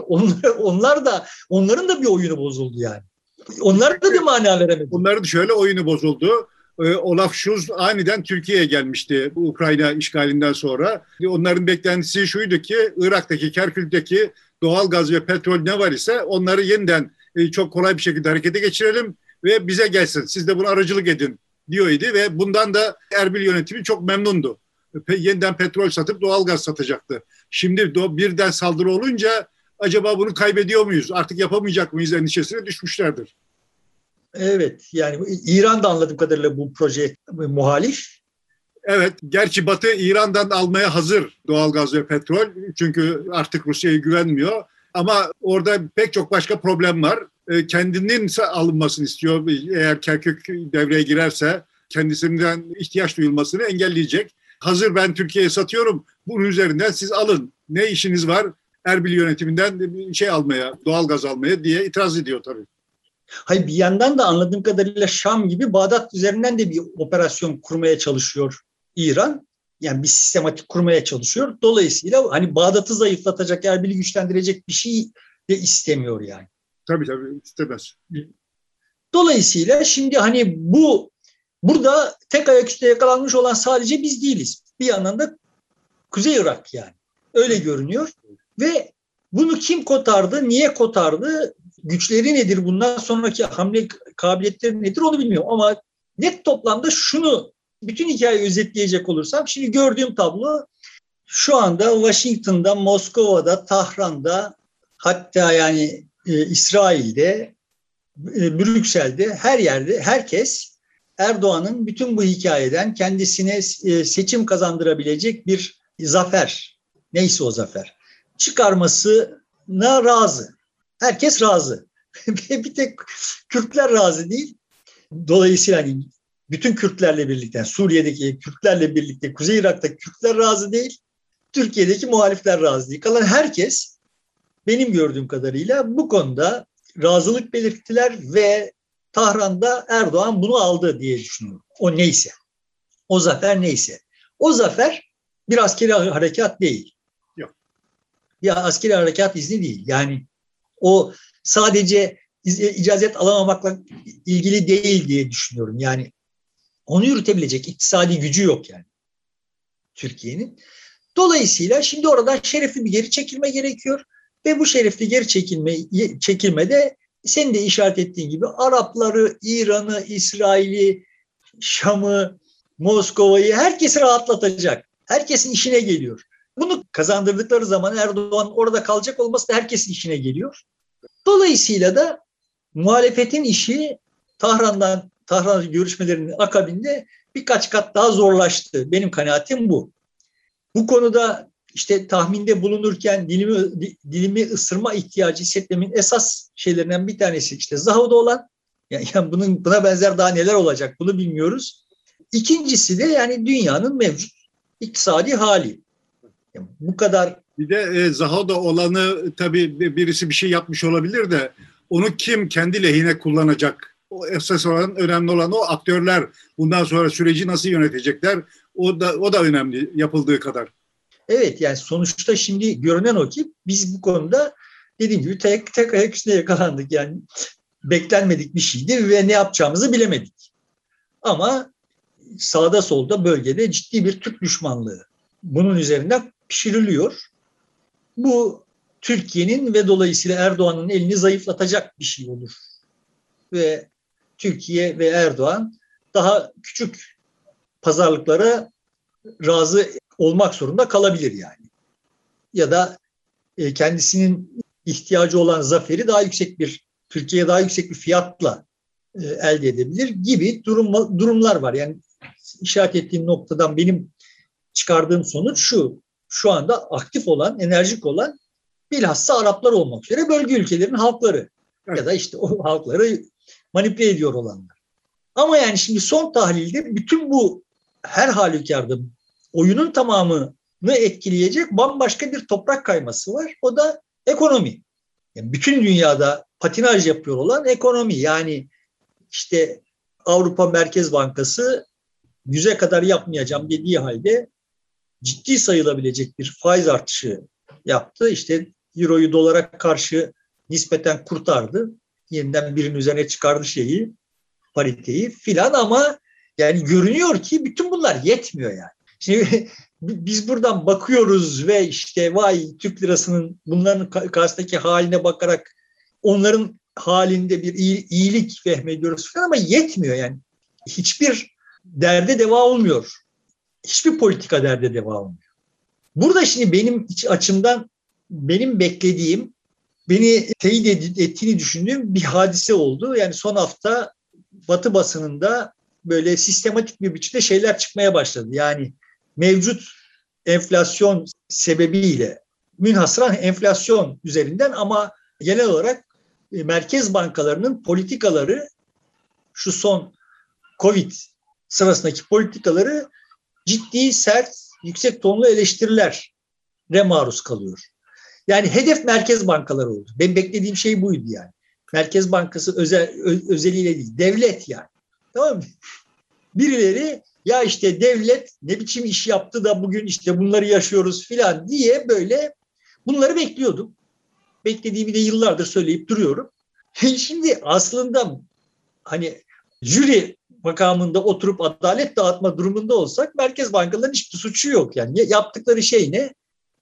onların da bir oyunu bozuldu yani. Onlar da bir mana veremedi. Bunların şöyle oyunu bozuldu. Olaf Scholz aniden Türkiye'ye gelmişti Ukrayna işgalinden sonra. Onların beklentisi şuydu ki Irak'taki, Kerkük'teki doğal gaz ve petrol ne var ise onları yeniden çok kolay bir şekilde harekete geçirelim ve bize gelsin. Siz de buna aracılık edin diyordu ve bundan da Erbil yönetimi çok memnundu. Yeniden petrol satıp doğal gaz satacaktı. Şimdi birden saldırı olunca acaba bunu kaybediyor muyuz? Artık yapamayacak mıyız endişesine düşmüşlerdir. Evet, yani İran da anladığım kadarıyla bu proje muhalif. Evet, gerçi Batı İran'dan almaya hazır doğalgaz ve petrol. Çünkü artık Rusya'ya güvenmiyor. Ama orada pek çok başka problem var. Kendinin alınmasını istiyor. Eğer Kerkük devreye girerse kendisinden ihtiyaç duyulmasını engelleyecek. Hazır ben Türkiye'ye satıyorum. Bunun üzerinden siz alın. Ne işiniz var? Erbil yönetiminden almaya, doğalgaz almaya diye itiraz ediyor tabii. Hayır, bir yandan da anladığım kadarıyla Şam gibi Bağdat üzerinden de bir operasyon kurmaya çalışıyor İran. Yani bir sistematik kurmaya çalışıyor. Dolayısıyla hani Bağdat'ı zayıflatacak, Erbil'i güçlendirecek bir şey de istemiyor yani. Tabii istemez. Dolayısıyla şimdi hani burada tek ayak üstüne yakalanmış olan sadece biz değiliz. Bir yandan da Kuzey Irak yani. Öyle görünüyor. Ve bunu kim kotardı, niye kotardı, güçleri nedir, bundan sonraki hamle kabiliyetleri nedir onu bilmiyorum. Ama net toplamda bütün hikayeyi özetleyecek olursam, şimdi gördüğüm tablo şu anda Washington'da, Moskova'da, Tahran'da, hatta yani İsrail'de, Brüksel'de, her yerde herkes Erdoğan'ın bütün bu hikayeden kendisine seçim kazandırabilecek bir zafer, neyse o zafer, çıkarmasına razı. Herkes razı. Bir tek Kürtler razı değil. Dolayısıyla hani bütün Kürtlerle birlikte, Suriye'deki Kürtlerle birlikte, Kuzey Irak'taki Kürtler razı değil. Türkiye'deki muhalifler razı değil. Kalan herkes benim gördüğüm kadarıyla bu konuda razılık belirttiler ve Tahran'da Erdoğan bunu aldı diye düşünüyorum. O neyse. O zafer neyse. O zafer bir askeri harekat değil. Yok. Ya askeri harekat izni değil. Yani o sadece icazet alamamakla ilgili değil diye düşünüyorum. Yani onu yürütebilecek iktisadi gücü yok yani Türkiye'nin. Dolayısıyla şimdi oradan şerefli bir geri çekilme gerekiyor. Ve bu şerefli geri çekilmede senin de işaret ettiğin gibi Arapları, İran'ı, İsrail'i, Şam'ı, Moskova'yı herkesi rahatlatacak. Herkesin işine geliyor. Bunu kazandırdıkları zaman Erdoğan orada kalacak olması da herkesin işine geliyor. Dolayısıyla da muhalefetin işi Tahran görüşmelerinin akabinde birkaç kat daha zorlaştı. Benim kanaatim bu. Bu konuda işte tahminde bulunurken dilimi ısırma ihtiyacı hissetmemin esas şeylerinden bir tanesi işte Zaho'da olan, yani buna benzer daha neler olacak bunu bilmiyoruz. İkincisi de yani dünyanın mevcut iktisadi hali. Yani bu kadar. Bir de Zaho'da olanı tabii birisi bir şey yapmış olabilir de onu kim kendi lehine kullanacak? O esas olan, önemli olan o aktörler. Bundan sonra süreci nasıl yönetecekler? O da önemli yapıldığı kadar. Evet, yani sonuçta şimdi görünen o ki biz bu konuda dediğim gibi tek ayak üstüne yakalandık. Yani beklenmedik bir şeydi ve ne yapacağımızı bilemedik. Ama sağda solda bölgede ciddi bir Türk düşmanlığı bunun üzerinden pişiriliyor. Bu Türkiye'nin ve dolayısıyla Erdoğan'ın elini zayıflatacak bir şey olur. Ve Türkiye ve Erdoğan daha küçük pazarlıklara razı olmak zorunda kalabilir yani. Ya da kendisinin ihtiyacı olan zaferi Türkiye'ye daha yüksek bir fiyatla elde edebilir gibi durumlar var. Yani işaret ettiğim noktadan benim çıkardığım sonuç şu. Şu anda aktif olan, enerjik olan bilhassa Araplar olmak üzere bölge ülkelerin halkları. Evet. Ya da işte o halkları manipüle ediyor olanlar. Ama yani şimdi son tahlilde bütün bu her halükarda oyunun tamamını etkileyecek bambaşka bir toprak kayması var. O da ekonomi. Yani bütün dünyada patinaj yapıyor olan ekonomi. Yani işte Avrupa Merkez Bankası 100'e kadar yapmayacağım dediği halde ciddi sayılabilecek bir faiz artışı yaptı. İşte Euro'yu dolara karşı nispeten kurtardı. Yeniden birinin üzerine çıkardı pariteyi filan, ama Yani görünüyor ki bütün bunlar yetmiyor yani. Şimdi biz buradan bakıyoruz ve işte vay Türk lirasının bunların karşısındaki haline bakarak onların halinde bir iyilik vehmediyoruz falan ama yetmiyor yani. Hiçbir derde deva olmuyor. Hiçbir politika derde deva olmuyor. Burada şimdi benim açımdan benim beklediğim, beni teyit ettiğini düşündüğüm bir hadise oldu. Yani son hafta Batı basınında böyle sistematik bir biçimde şeyler çıkmaya başladı. Yani mevcut enflasyon sebebiyle münhasıran enflasyon üzerinden ama genel olarak merkez bankalarının politikaları, şu son Covid sırasındaki politikaları ciddi, sert, yüksek tonlu eleştirilere maruz kalıyor. Yani hedef merkez bankaları oldu. Benim beklediğim şey buydu yani. Merkez Bankası özeliyle değil, devlet yani. Tamam mı? Birileri ya işte devlet ne biçim iş yaptı da bugün işte bunları yaşıyoruz filan diye böyle bunları bekliyordum. Beklediğimi de yıllardır söyleyip duruyorum. Şimdi aslında hani jüri makamında oturup adalet dağıtma durumunda olsak merkez bankalarının hiçbir suçu yok. Yani yaptıkları şey ne?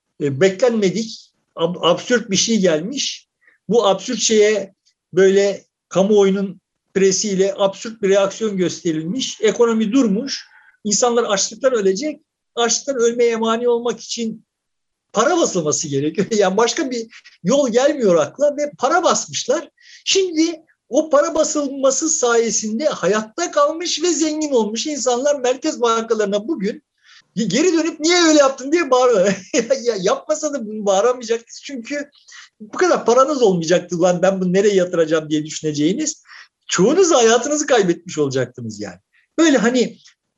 Beklenmedik, absürt bir şey gelmiş. Bu absürt şeye böyle kamuoyunun presiyle absürt bir reaksiyon gösterilmiş. Ekonomi durmuş. İnsanlar açlıktan ölecek. Açlıktan ölmeye mani olmak için para basılması gerekiyor. Yani başka bir yol gelmiyor akla ve para basmışlar. Şimdi o para basılması sayesinde hayatta kalmış ve zengin olmuş insanlar merkez bankalarına bugün geri dönüp niye öyle yaptın diye bağırıyorlar. Ya yapmasa da bunu bağıramayacaktınız çünkü bu kadar paranız olmayacaktı lan ben bunu nereye yatıracağım diye düşüneceğiniz. Çoğunuz hayatınızı kaybetmiş olacaktınız yani. Böyle hani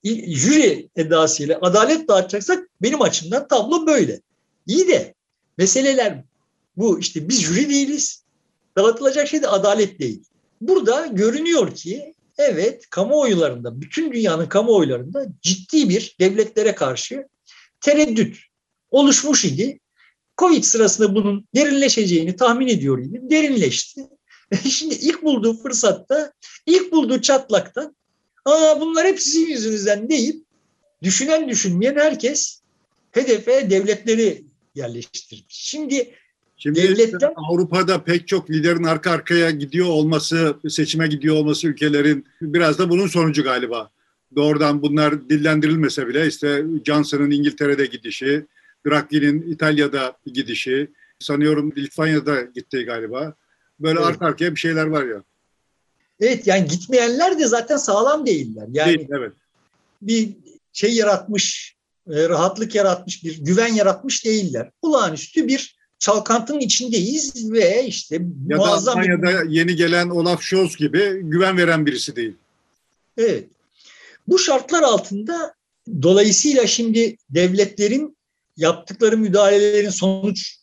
jüri edasıyla adalet dağıtacaksak benim açımdan tablo böyle. İyi de meseleler bu işte biz jüri değiliz. Dağıtılacak şey de adalet değil. Burada görünüyor ki evet kamuoylarında, bütün dünyanın kamuoylarında ciddi bir devletlere karşı tereddüt oluşmuş idi. Covid sırasında bunun derinleşeceğini tahmin ediyor idim. Derinleşti. Şimdi ilk bulduğu fırsatta, ilk bulduğu çatlaktan bunlar hep sizin yüzünüzden deyip düşünen düşünmeyen herkes hedefe devletleri yerleştirmiş. Şimdi devletler... Avrupa'da pek çok liderin arka arkaya gidiyor olması, seçime gidiyor olması ülkelerin biraz da bunun sonucu galiba. Doğrudan bunlar dillendirilmese bile işte Johnson'ın İngiltere'de gidişi, Draghi'nin İtalya'da gidişi, sanıyorum Litvanya'da gitti galiba. Böyle evet. Arka arkaya bir şeyler var ya. Evet yani gitmeyenler de zaten sağlam değiller. Yani değil, evet. Bir şey yaratmış, rahatlık yaratmış, bir güven yaratmış değiller. Olağanüstü bir çalkantının içindeyiz ve işte ya muazzam ya da yeni gelen Olaf Scholz gibi güven veren birisi değil. Evet. Bu şartlar altında dolayısıyla şimdi devletlerin yaptıkları müdahalelerin sonuç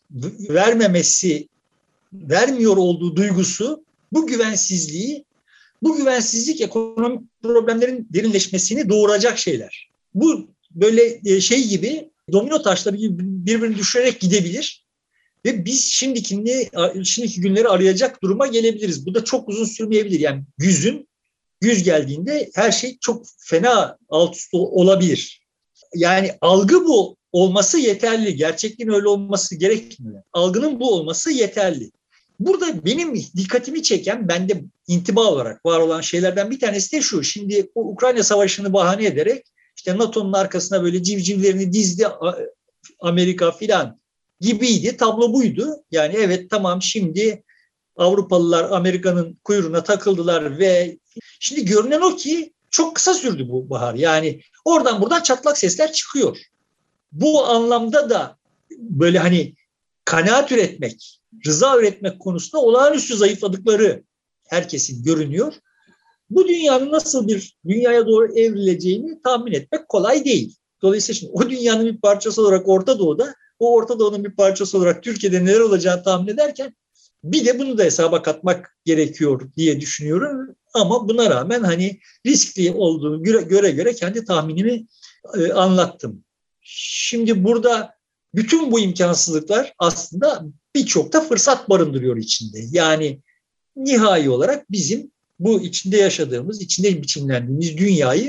vermiyor olduğu duygusu bu güvensizlik ekonomik problemlerin derinleşmesini doğuracak şeyler. Bu böyle şey gibi domino taşları gibi birbirini düşürerek gidebilir. Ve biz şimdiki günleri arayacak duruma gelebiliriz. Bu da çok uzun sürmeyebilir. Yani güz geldiğinde her şey çok fena alt üst olabilir. Yani algı bu olması yeterli. Gerçekliğin öyle olması gerekmiyor. Algının bu olması yeterli. Burada benim dikkatimi çeken, bende intiba olarak var olan şeylerden bir tanesi de şu. Şimdi Ukrayna Savaşı'nı bahane ederek işte NATO'nun arkasına böyle civcivlerini dizdi Amerika filan gibiydi. Tablo buydu. Yani evet tamam şimdi Avrupalılar Amerika'nın kuyruğuna takıldılar ve şimdi görünen o ki çok kısa sürdü bu bahar. Yani oradan buradan çatlak sesler çıkıyor. Bu anlamda da böyle hani kanaat üretmek, rıza üretmek konusunda olağanüstü zayıfladıkları herkesin görünüyor. Bu dünyanın nasıl bir dünyaya doğru evrileceğini tahmin etmek kolay değil. Dolayısıyla şimdi o dünyanın bir parçası olarak Orta Doğu'da, o Orta Doğu'nun bir parçası olarak Türkiye'de neler olacağını tahmin ederken bir de bunu da hesaba katmak gerekiyor diye düşünüyorum. Ama buna rağmen hani riskli olduğunu göre kendi tahminimi anlattım. Şimdi burada bütün bu imkansızlıklar aslında birçok da fırsat barındırıyor içinde. Yani nihai olarak bizim bu içinde yaşadığımız, içinde biçimlendiğimiz dünyayı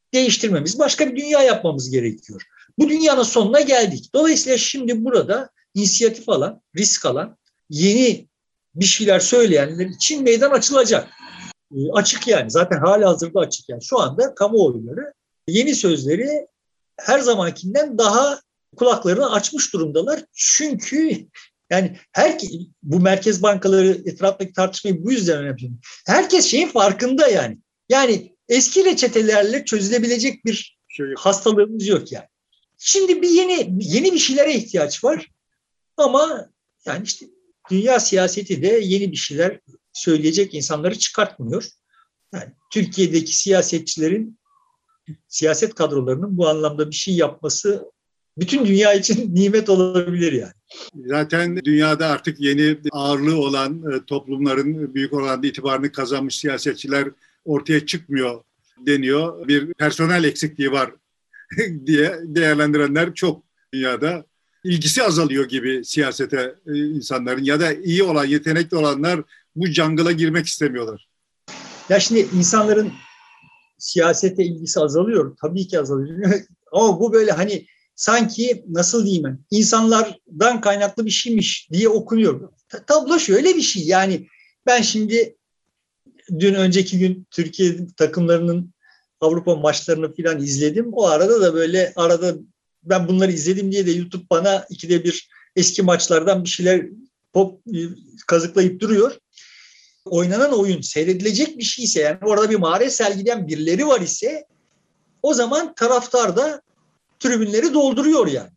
değiştirmemiz, başka bir dünya yapmamız gerekiyor. Bu dünyanın sonuna geldik. Dolayısıyla şimdi burada inisiyatif alan, risk alan, yeni bir şeyler söyleyenler için meydan açılacak. Açık yani. Zaten halihazırda açık yani. Şu anda kamuoyları yeni sözleri her zamankinden daha kulaklarını açmış durumdalar. Çünkü yani bu merkez bankaları etrafındaki tartışmayı bu yüzden önemli. Herkes şeyin farkında yani. Yani eski reçetelerle çözülebilecek bir hastalığımız yok yani. Şimdi yeni bir şeylere ihtiyaç var. Ama yani işte dünya siyaseti de yeni bir şeyler söyleyecek insanları çıkartmıyor. Yani Türkiye'deki siyaset kadrolarının bu anlamda bir şey yapması bütün dünya için nimet olabilir yani. Zaten dünyada artık yeni ağırlığı olan toplumların büyük oranda itibarını kazanmış siyasetçiler ortaya çıkmıyor deniyor. Bir personel eksikliği var diye değerlendirenler çok dünyada. İlgisi azalıyor gibi siyasete insanların ya da iyi olan, yetenekli olanlar bu jungle'a girmek istemiyorlar. Ya şimdi insanların siyasete ilgisi azalıyor. Tabii ki azalıyor. Ama bu böyle hani sanki nasıl diyeyim ben, insanlardan kaynaklı bir şeymiş diye okunuyor. Tablo şöyle bir şey yani ben şimdi önceki gün Türkiye takımlarının Avrupa maçlarını falan izledim. O arada da böyle ben bunları izledim diye de YouTube bana ikide bir eski maçlardan bir şeyler kazıklayıp duruyor. Oynanan oyun seyredilecek bir şeyse yani orada bir maharet sergileyen birileri var ise o zaman taraftar da tribünleri dolduruyor yani.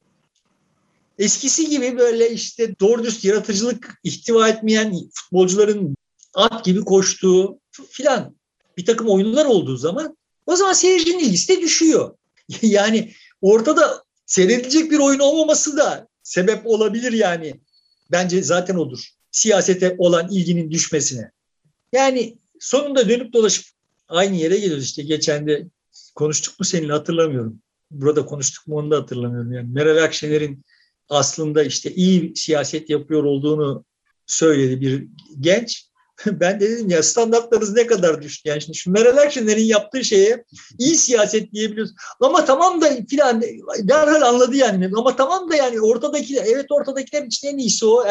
Eskisi gibi böyle işte doğru düz yaratıcılık ihtiva etmeyen futbolcuların at gibi koştuğu filan bir takım oyunlar olduğu zaman o zaman seyircinin ilgisi de düşüyor. Yani ortada seyredilecek bir oyun olmaması da sebep olabilir yani. Bence zaten odur. Siyasete olan ilginin düşmesine. Yani sonunda dönüp dolaşıp aynı yere geliyoruz işte. Geçen de konuştuk mu seninle hatırlamıyorum. Burada konuştuk mu onu da hatırlamıyorum. Yani Meral Akşener'in aslında işte iyi siyaset yapıyor olduğunu söyledi bir genç. Ben de dedim ya standartlarınız ne kadar düştü. Yani şimdi şu Meral Akşener'in yaptığı şeye iyi siyaset diyebiliyoruz. Ama tamam da filan derhal anladı yani. Ama tamam da yani ortadakiler için en iyisi o.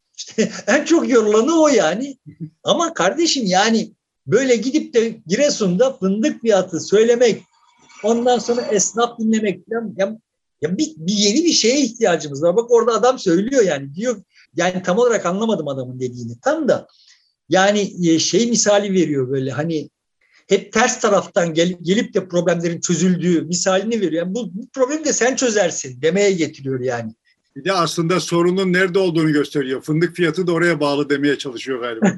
En çok yorulanı o yani. Ama kardeşim yani böyle gidip de Giresun'da fındık fiyatı söylemek, ondan sonra esnaf dinlemek falan bir yeni bir şeye ihtiyacımız var. Bak orada adam söylüyor yani diyor yani tam olarak anlamadım adamın dediğini. Tam da yani misali veriyor böyle hani hep ters taraftan gelip de problemlerin çözüldüğü misalini veriyor. Yani bu problemi de sen çözersin demeye getiriyor yani. Bir de aslında sorunun nerede olduğunu gösteriyor. Fındık fiyatı da oraya bağlı demeye çalışıyor galiba.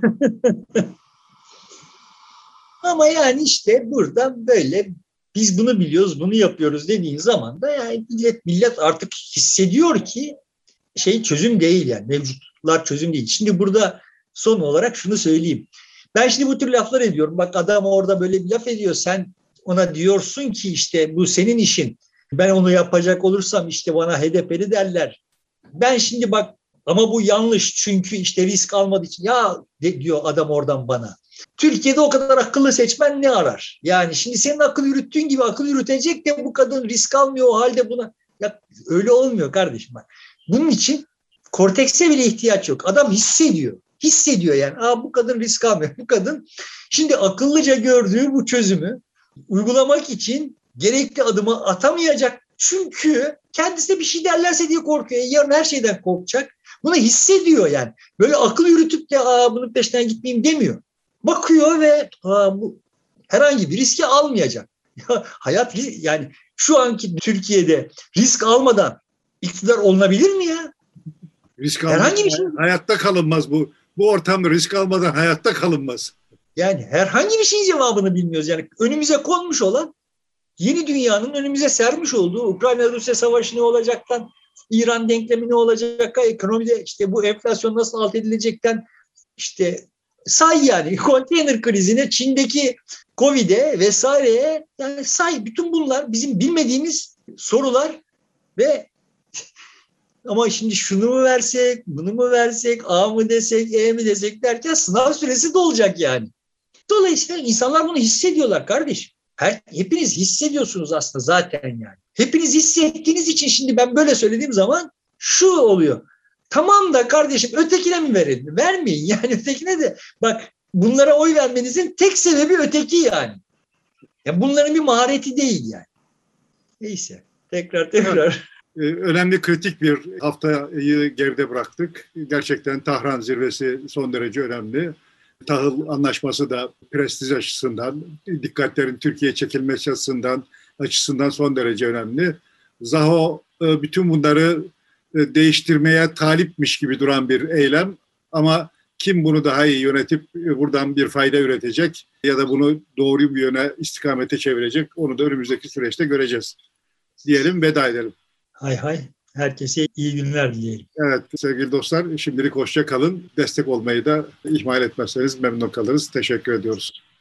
Ama yani işte burada böyle biz bunu biliyoruz, bunu yapıyoruz dediğin zaman da yani millet artık hissediyor ki çözüm değil yani mevcutlar çözüm değil. Şimdi burada son olarak şunu söyleyeyim. Ben şimdi bu tür laflar ediyorum. Bak adam orada böyle bir laf ediyor. Sen ona diyorsun ki işte bu senin işin. Ben onu yapacak olursam işte bana HDP'li derler. Ben şimdi bak ama bu yanlış çünkü işte risk almadığı için diyor adam oradan bana. Türkiye'de o kadar akıllı seçmen ne arar? Yani şimdi senin akıl yürüttüğün gibi akıl yürütecek de bu kadın risk almıyor o halde buna. Ya öyle olmuyor kardeşim bak. Bunun için kortekse bile ihtiyaç yok. Adam hissediyor. Hissediyor yani. Bu kadın risk almıyor. Bu kadın şimdi akıllıca gördüğü bu çözümü uygulamak için gerekli adımı atamayacak. Çünkü kendisine bir şey derlerse diye korkuyor. Yarın her şeyden korkacak. Bunu hissediyor yani. Böyle akıl yürütüp de bunun peşinden gitmeyeyim demiyor. Bakıyor ve bu herhangi bir riski almayacak. Hayat yani şu anki Türkiye'de risk almadan iktidar olunabilir mi ya? Risk herhangi bir şey. Hayatta kalınmaz bu. Bu ortamda risk almadan hayatta kalınmaz. Yani herhangi bir şeyin cevabını bilmiyoruz. Yani önümüze konmuş olan yeni dünyanın önümüze sermiş olduğu Ukrayna-Rusya savaşı ne olacaktan, İran denklemi ne olacak, ekonomide işte bu enflasyon nasıl alt edilecekten işte say yani konteyner krizine, Çin'deki Covid'e vesaireye yani say bütün bunlar bizim bilmediğimiz sorular ve ama şimdi şunu mu versek, bunu mu versek, A mı desek, E mi desek derken sınav süresi de olacak yani. Dolayısıyla insanlar bunu hissediyorlar kardeşim. Hepiniz hissediyorsunuz aslında zaten yani. Hepiniz hissettiğiniz için şimdi ben böyle söylediğim zaman şu oluyor. Tamam da kardeşim ötekine mi verelim? Vermeyin yani ötekine de. Bak bunlara oy vermenizin tek sebebi öteki yani. Ya bunların bir mahareti değil yani. Neyse. Tekrar. Önemli kritik bir haftayı geride bıraktık. Gerçekten Tahran zirvesi son derece önemli. Tahıl anlaşması da prestij açısından, dikkatlerin Türkiye'ye çekilmesi açısından son derece önemli. Zaho bütün bunları değiştirmeye talipmiş gibi duran bir eylem ama kim bunu daha iyi yönetip buradan bir fayda üretecek ya da bunu doğru bir yöne, istikamete çevirecek onu da önümüzdeki süreçte göreceğiz. Diyelim, veda edelim. Hay. Herkese iyi günler dileyelim. Evet sevgili dostlar, şimdilik hoşça kalın. Destek olmayı da ihmal etmezseniz memnun kalırız. Teşekkür ediyoruz.